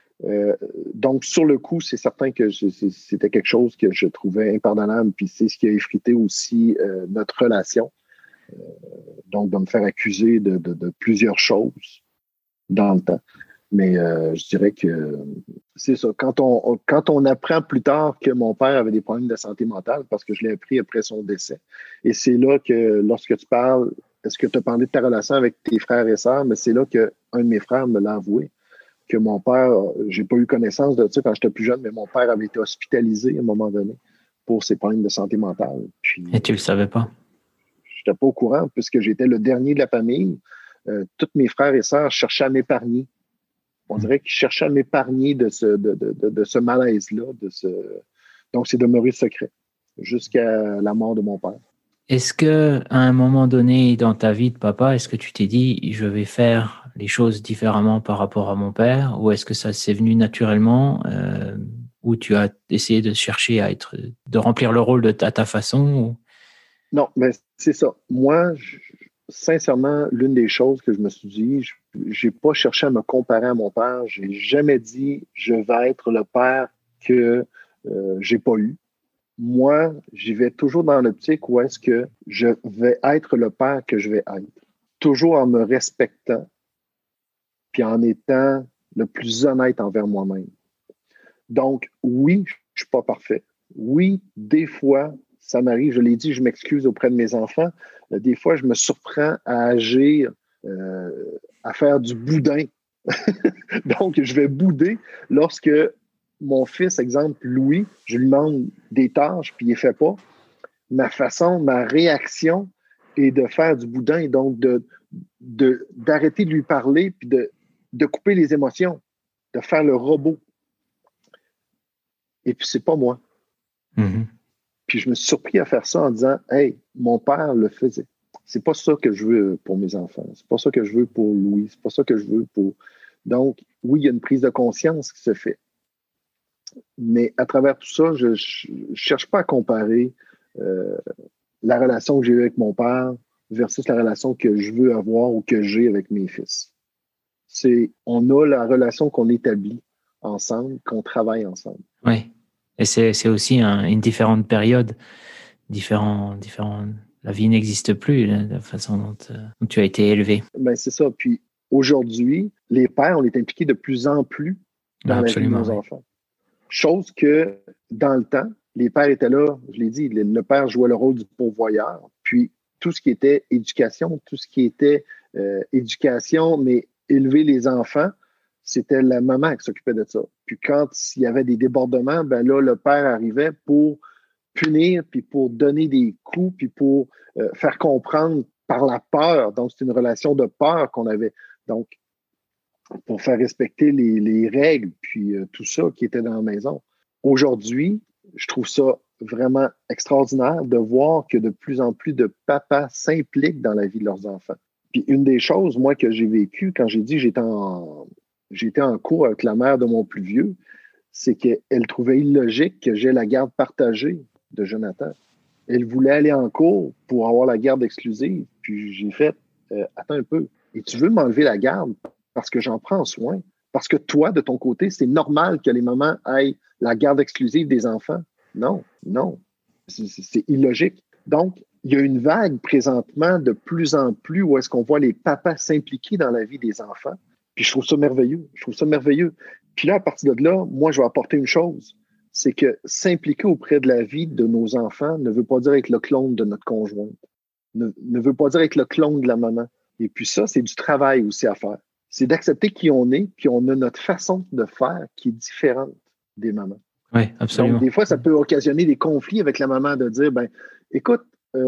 Donc, sur le coup, c'est certain que c'était quelque chose que je trouvais impardonnable, puis c'est ce qui a effrité aussi notre relation. Donc, de me faire accuser de plusieurs choses dans le temps. Mais je dirais que c'est ça. Quand on apprend plus tard que mon père avait des problèmes de santé mentale, parce que je l'ai appris après son décès, et c'est là que lorsque tu parles, est-ce que tu as parlé de ta relation avec tes frères et sœurs, mais c'est là qu'un de mes frères me l'a avoué, que mon père, j'ai pas eu connaissance de ça quand j'étais plus jeune, mais mon père avait été hospitalisé à un moment donné pour ses problèmes de santé mentale. Puis, Et tu le savais pas? Je n'étais pas au courant puisque j'étais le dernier de la famille. Tous mes frères et sœurs cherchaient à m'épargner. On dirait qu'ils cherchaient à m'épargner de ce malaise-là. Donc, c'est demeuré secret jusqu'à la mort de mon père. Est-ce que à un moment donné dans ta vie de papa, est-ce que tu t'es dit je vais faire les choses différemment par rapport à mon père, ou est-ce que ça s'est venu naturellement, ou tu as essayé de chercher de remplir le rôle à ta façon ou... Non, mais c'est ça. Moi, sincèrement, l'une des choses que je me suis dit, j'ai pas cherché à me comparer à mon père. J'ai jamais dit je vais être le père que j'ai pas eu. Moi, j'y vais toujours dans l'optique où est-ce que je vais être le père que je vais être. Toujours en me respectant, puis en étant le plus honnête envers moi-même. Donc, oui, je suis pas parfait. Oui, des fois, ça m'arrive, je l'ai dit, je m'excuse auprès de mes enfants. Des fois, je me surprends à agir, à faire du boudin. Donc, je vais bouder lorsque mon fils, exemple, Louis, je lui demande des tâches, puis il ne les fait pas. Ma réaction est de faire du boudin et donc d'arrêter de lui parler, puis de couper les émotions, de faire le robot. Et puis, c'est pas moi. Mm-hmm. Puis je me suis surpris à faire ça en disant « Hey, mon père le faisait. C'est pas ça que je veux pour mes enfants. C'est pas ça que je veux pour Louis. C'est pas ça que je veux pour... » Donc, oui, il y a une prise de conscience qui se fait. Mais à travers tout ça, je cherche pas à comparer la relation que j'ai eue avec mon père versus la relation que je veux avoir ou que j'ai avec mes fils. On a la relation qu'on établit ensemble, qu'on travaille ensemble. Oui. Et c'est aussi une différente période, différent. La vie n'existe plus, la façon dont tu as été élevé. Ben, c'est ça. Puis aujourd'hui, les pères, on est impliqués de plus en plus dans la vie de nos enfants. Chose que dans le temps, les pères étaient là, je l'ai dit, le père jouait le rôle du pourvoyeur. Puis tout ce qui était éducation, mais élever les enfants, c'était la maman qui s'occupait de ça. Puis quand il y avait des débordements, ben là, le père arrivait pour punir, puis pour donner des coups, puis pour faire comprendre par la peur. Donc, c'est une relation de peur qu'on avait. Donc, pour faire respecter les règles, puis tout ça qui était dans la maison. Aujourd'hui, je trouve ça vraiment extraordinaire de voir que de plus en plus de papas s'impliquent dans la vie de leurs enfants. Puis une des choses, moi, que j'ai vécues quand j'ai dit j'étais en cours avec la mère de mon plus vieux, c'est qu'elle trouvait illogique que j'aie la garde partagée de Jonathan. Elle voulait aller en cours pour avoir la garde exclusive. Puis j'ai fait, attends un peu, et tu veux m'enlever la garde parce que j'en prends soin, parce que toi, de ton côté, c'est normal que les mamans aient la garde exclusive des enfants. Non, non, c'est illogique. Donc, il y a une vague présentement de plus en plus où est-ce qu'on voit les papas s'impliquer dans la vie des enfants. Puis je trouve ça merveilleux. Je trouve ça merveilleux. Puis là, à partir de là, moi, je vais apporter une chose. C'est que s'impliquer auprès de la vie de nos enfants ne veut pas dire être le clone de notre conjointe. Ne veut pas dire être le clone de la maman. Et puis ça, c'est du travail aussi à faire. C'est d'accepter qui on est, puis on a notre façon de faire qui est différente des mamans. Oui, absolument. Donc, des fois, ça peut occasionner des conflits avec la maman de dire, ben, écoute,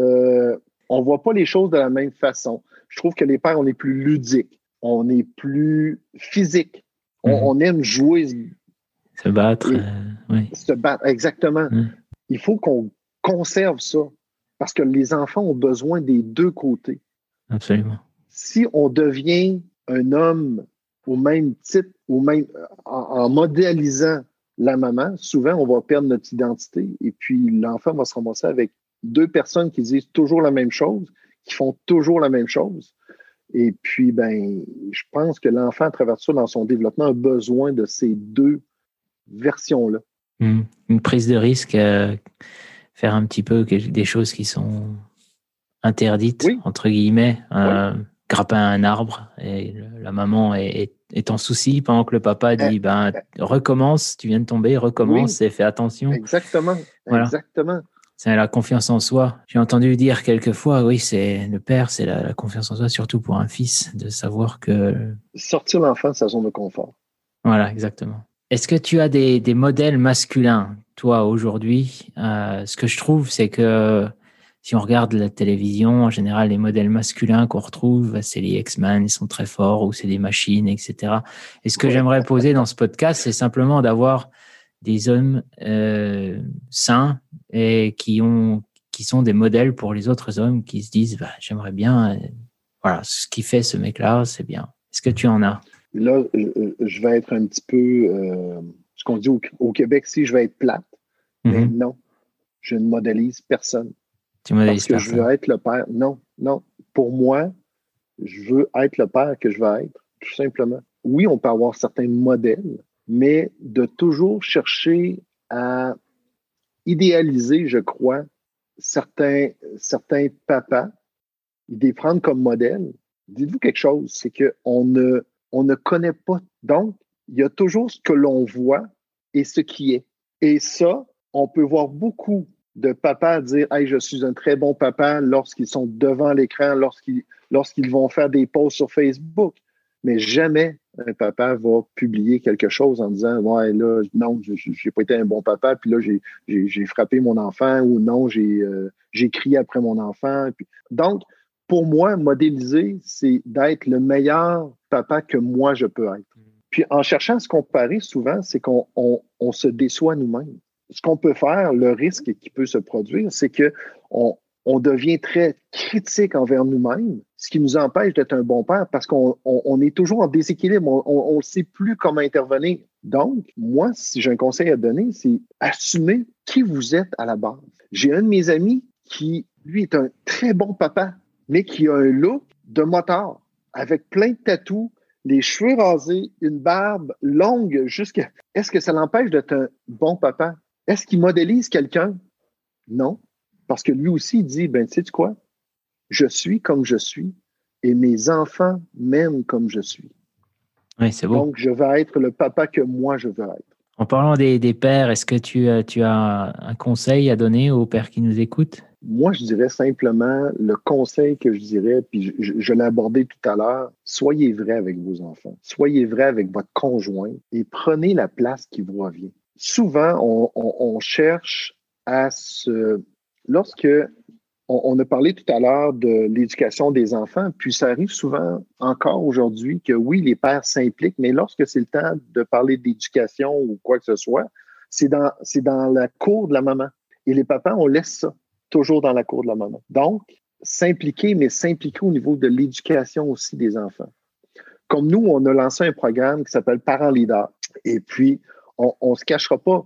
on voit pas les choses de la même façon. Je trouve que les pères, on est plus ludiques, on est plus physique, on aime jouer. Se battre. Oui. Se battre, exactement. Il faut qu'on conserve ça parce que les enfants ont besoin des deux côtés. Absolument. Si on devient un homme au même titre, en modélisant la maman, souvent, on va perdre notre identité et puis l'enfant va se ramasser avec deux personnes qui disent toujours la même chose, qui font toujours la même chose. Et puis, ben, je pense que l'enfant, à travers ça, dans son développement, a besoin de ces deux versions-là. Une prise de risque, faire un petit peu des choses qui sont interdites, oui, entre guillemets, oui, grimper à un arbre et la maman est en souci pendant que le papa dit recommence, tu viens de tomber, recommence, oui, et fais attention. Exactement, voilà. Exactement. C'est la confiance en soi. J'ai entendu dire quelquefois, oui, c'est le père, c'est la confiance en soi, surtout pour un fils, de savoir que... Sortir l'enfant de sa zone de confort. Voilà, exactement. Est-ce que tu as des modèles masculins, toi, aujourd'hui? Ce que je trouve, c'est que si on regarde la télévision, en général, les modèles masculins qu'on retrouve, c'est les X-Men, ils sont très forts, ou c'est des machines, etc. Et ce que j'aimerais poser dans ce podcast, c'est simplement d'avoir des hommes sains et qui sont des modèles pour les autres hommes qui se disent j'aimerais bien, voilà, ce qu'il fait ce mec-là, c'est bien. Est-ce que tu en as? Là, je vais être un petit peu, ce qu'on dit au Québec, si je vais être plate, mais non, je ne modélise personne. Tu modélises parce que personne. Je veux être le père. Non. Pour moi, je veux être le père que je veux être, tout simplement. Oui, on peut avoir certains modèles, mais de toujours chercher à idéaliser, je crois, certains papas, les prendre comme modèle. Dites-vous quelque chose, c'est qu'on ne connaît pas. Donc, il y a toujours ce que l'on voit et ce qui est. Et ça, on peut voir beaucoup de papas dire « Hey, je suis un très bon papa » lorsqu'ils sont devant l'écran, lorsqu'ils vont faire des posts sur Facebook. Mais jamais un papa va publier quelque chose en disant « Ouais, là, non, j'ai pas été un bon papa, puis là, j'ai frappé mon enfant » ou « Non, j'ai crié après mon enfant. » Donc, pour moi, modéliser, c'est d'être le meilleur papa que moi, je peux être. Puis en cherchant à se comparer, souvent, c'est qu'on se déçoit nous-mêmes. Ce qu'on peut faire, le risque qui peut se produire, c'est qu'on devient très critique envers nous-mêmes, ce qui nous empêche d'être un bon père parce qu'on est toujours en déséquilibre, on ne sait plus comment intervenir. Donc, moi, si j'ai un conseil à donner, c'est assumer qui vous êtes à la base. J'ai un de mes amis qui, lui, est un très bon papa, mais qui a un look de motard, avec plein de tatous, les cheveux rasés, une barbe longue jusqu'à... Est-ce que ça l'empêche d'être un bon papa? Est-ce qu'il modélise quelqu'un? Non. Parce que lui aussi, il dit, sais-tu quoi? Je suis comme je suis et mes enfants m'aiment comme je suis. Oui, c'est beau. Donc, je vais être le papa que moi, je veux être. En parlant des pères, est-ce que tu as un conseil à donner aux pères qui nous écoutent? Moi, je dirais simplement, le conseil que je dirais, puis je l'ai abordé tout à l'heure, soyez vrai avec vos enfants. Soyez vrai avec votre conjoint et prenez la place qui vous revient. Souvent, on cherche à se... Lorsque on a parlé tout à l'heure de l'éducation des enfants, puis ça arrive souvent encore aujourd'hui que oui, les pères s'impliquent, mais lorsque c'est le temps de parler d'éducation ou quoi que ce soit, c'est dans la cour de la maman. Et les papas, on laisse ça toujours dans la cour de la maman. Donc, s'impliquer, mais s'impliquer au niveau de l'éducation aussi des enfants. Comme nous, on a lancé un programme qui s'appelle Parents Leaders. Et puis, on ne se cachera pas,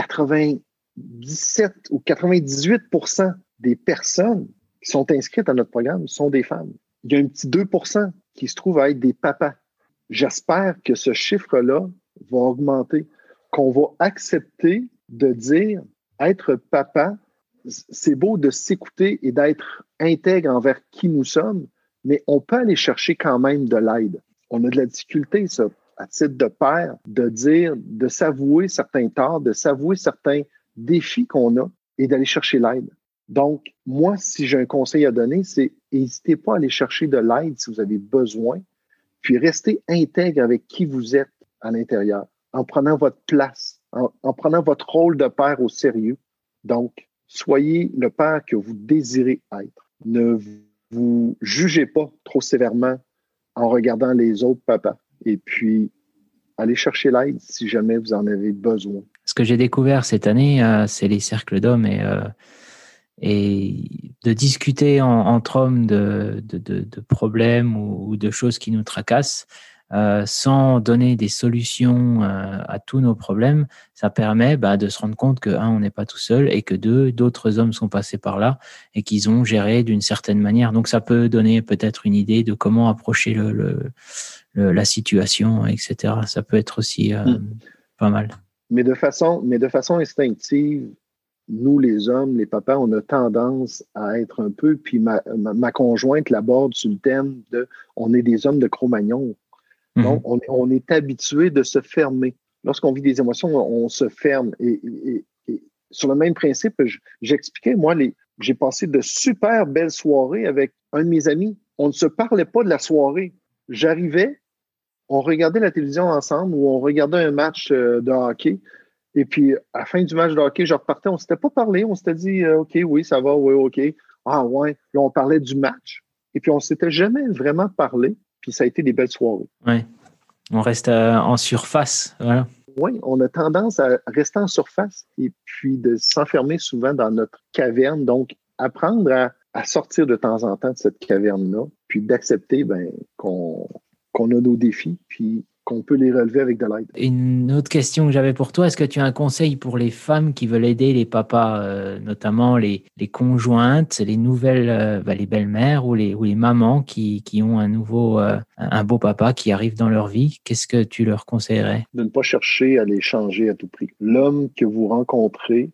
97 ou 98% des personnes qui sont inscrites à notre programme sont des femmes. il y a un petit 2% qui se trouve à être des papas. J'espère que ce chiffre-là va augmenter, qu'on va accepter de dire être papa, c'est beau de s'écouter et d'être intègre envers qui nous sommes, mais on peut aller chercher quand même de l'aide. On a de la difficulté, ça, à titre de père, de dire, de s'avouer certains torts, de s'avouer certains défis qu'on a et d'aller chercher l'aide. Donc, moi, si j'ai un conseil à donner, c'est n'hésitez pas à aller chercher de l'aide si vous avez besoin, puis restez intègre avec qui vous êtes à l'intérieur, en prenant votre place, en prenant votre rôle de père au sérieux. Donc, soyez le père que vous désirez être. Ne vous jugez pas trop sévèrement en regardant les autres papas. Et puis, allez chercher l'aide si jamais vous en avez besoin. Ce que j'ai découvert cette année, c'est les cercles d'hommes et de discuter entre hommes de problèmes ou de choses qui nous tracassent. Sans donner des solutions à tous nos problèmes, ça permet de se rendre compte que, on n'est pas tout seul et que d'autres hommes sont passés par là et qu'ils ont géré d'une certaine manière. Donc, ça peut donner peut-être une idée de comment approcher la situation, etc. Ça peut être aussi pas mal. Mais de façon instinctive, nous, les hommes, les papas, on a tendance à être un peu, puis ma conjointe l'aborde sur le thème de « on est des hommes de Cro-Magnon ». Donc, on est habitué de se fermer. Lorsqu'on vit des émotions, on se ferme. Et sur le même principe, j'expliquais, moi, j'ai passé de super belles soirées avec un de mes amis. On ne se parlait pas de la soirée. J'arrivais, on regardait la télévision ensemble ou on regardait un match de hockey. Et puis, à la fin du match de hockey, je repartais. On ne s'était pas parlé. On s'était dit, OK, oui, ça va, oui, OK. Ah, ouais. Là, on parlait du match. Et puis, on ne s'était jamais vraiment parlé. Puis ça a été des belles soirées. Oui, on reste en surface. Voilà. Oui, on a tendance à rester en surface et puis de s'enfermer souvent dans notre caverne. Donc, apprendre à sortir de temps en temps de cette caverne-là, puis d'accepter qu'on a nos défis, puis qu'on peut les relever avec de l'aide. Une autre question que j'avais pour toi, est-ce que tu as un conseil pour les femmes qui veulent aider les papas, notamment les conjointes, les nouvelles, les belles-mères ou les mamans qui ont un beau papa qui arrive dans leur vie? Qu'est-ce que tu leur conseillerais? De ne pas chercher à les changer à tout prix. L'homme que vous rencontrez,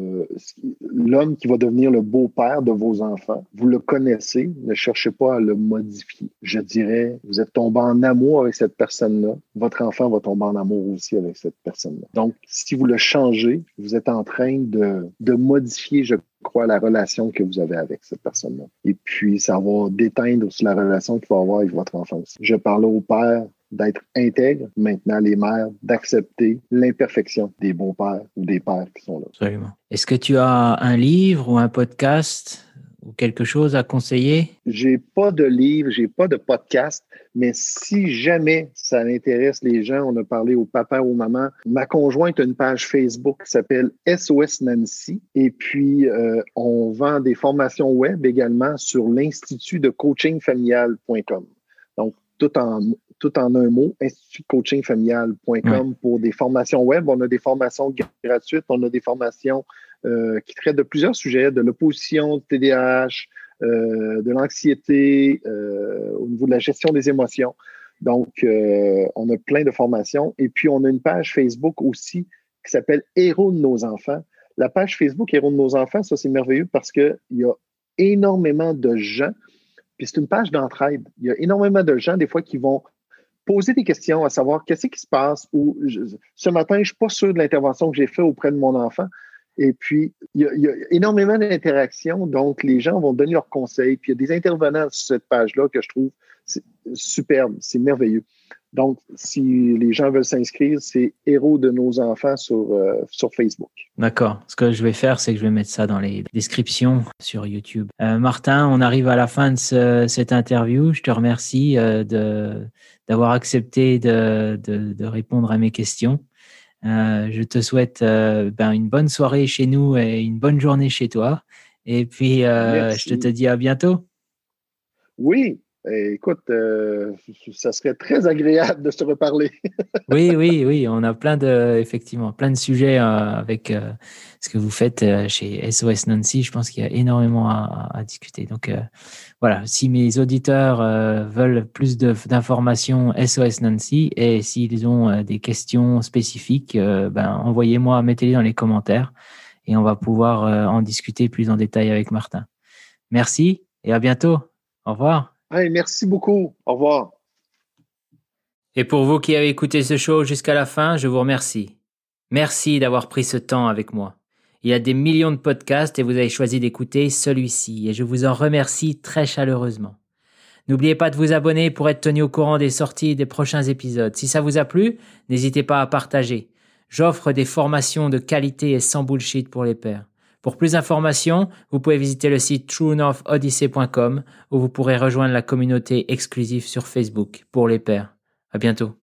l'homme qui va devenir le beau-père de vos enfants, vous le connaissez, ne cherchez pas à le modifier. Je dirais, vous êtes tombé en amour avec cette personne-là, votre enfant va tomber en amour aussi avec cette personne-là. Donc, si vous le changez, vous êtes en train de modifier, je crois, la relation que vous avez avec cette personne-là. Et puis, ça va déteindre aussi la relation qu'il va avoir avec votre enfant aussi. Je parlais au père d'être intègre, maintenant les mères d'accepter l'imperfection des bons pères ou des pères qui sont là. Absolument. Est-ce que tu as un livre ou un podcast ou quelque chose à conseiller? J'ai pas de livre, j'ai pas de podcast, mais si jamais ça intéresse les gens, on a parlé au papa ou aux mamans, ma conjointe a une page Facebook qui s'appelle SOS Nancy et puis on vend des formations web également sur l'Institut de coachingfamilial.com. Donc, tout en un mot, institutcoachingfamilial.com pour des formations web. On a des formations gratuites, on a des formations qui traitent de plusieurs sujets, de l'opposition, du TDAH, de l'anxiété, au niveau de la gestion des émotions. Donc, on a plein de formations. Et puis, on a une page Facebook aussi qui s'appelle Héros de nos enfants. La page Facebook Héros de nos enfants, ça, c'est merveilleux parce qu'il y a énormément de gens, puis c'est une page d'entraide. Il y a énormément de gens, des fois, qui vont poser des questions à savoir qu'est-ce qui se passe ou ce matin, je ne suis pas sûr de l'intervention que j'ai faite auprès de mon enfant. Et puis, il y a énormément d'interactions, donc les gens vont donner leurs conseils. Puis il y a des intervenants sur cette page-là que je trouve superbe, c'est merveilleux. Donc, si les gens veulent s'inscrire, c'est Héros de nos enfants sur Facebook. D'accord. Ce que je vais faire, c'est que je vais mettre ça dans les descriptions sur YouTube. Martin, on arrive à la fin de cette interview. Je te remercie d'avoir accepté de répondre à mes questions. Je te souhaite une bonne soirée chez nous et une bonne journée chez toi. Et puis, je te dis à bientôt. Oui, Écoute, ça serait très agréable de se reparler. Oui, on a effectivement, plein de sujets avec ce que vous faites chez SOS Nancy. Je pense qu'il y a énormément à discuter. Donc voilà, si mes auditeurs veulent plus d'informations, SOS Nancy, et s'ils ont des questions spécifiques, envoyez-moi, mettez-les dans les commentaires et on va pouvoir en discuter plus en détail avec Martin. Merci et à bientôt. Au revoir. Hey, merci beaucoup. Au revoir. Et pour vous qui avez écouté ce show jusqu'à la fin, je vous remercie. Merci d'avoir pris ce temps avec moi. Il y a des millions de podcasts et vous avez choisi d'écouter celui-ci et je vous en remercie très chaleureusement. N'oubliez pas de vous abonner pour être tenu au courant des sorties des prochains épisodes. Si ça vous a plu, n'hésitez pas à partager. J'offre des formations de qualité et sans bullshit pour les pairs. Pour plus d'informations, vous pouvez visiter le site truenorthodyssey.com où vous pourrez rejoindre la communauté exclusive sur Facebook pour les pairs. À bientôt.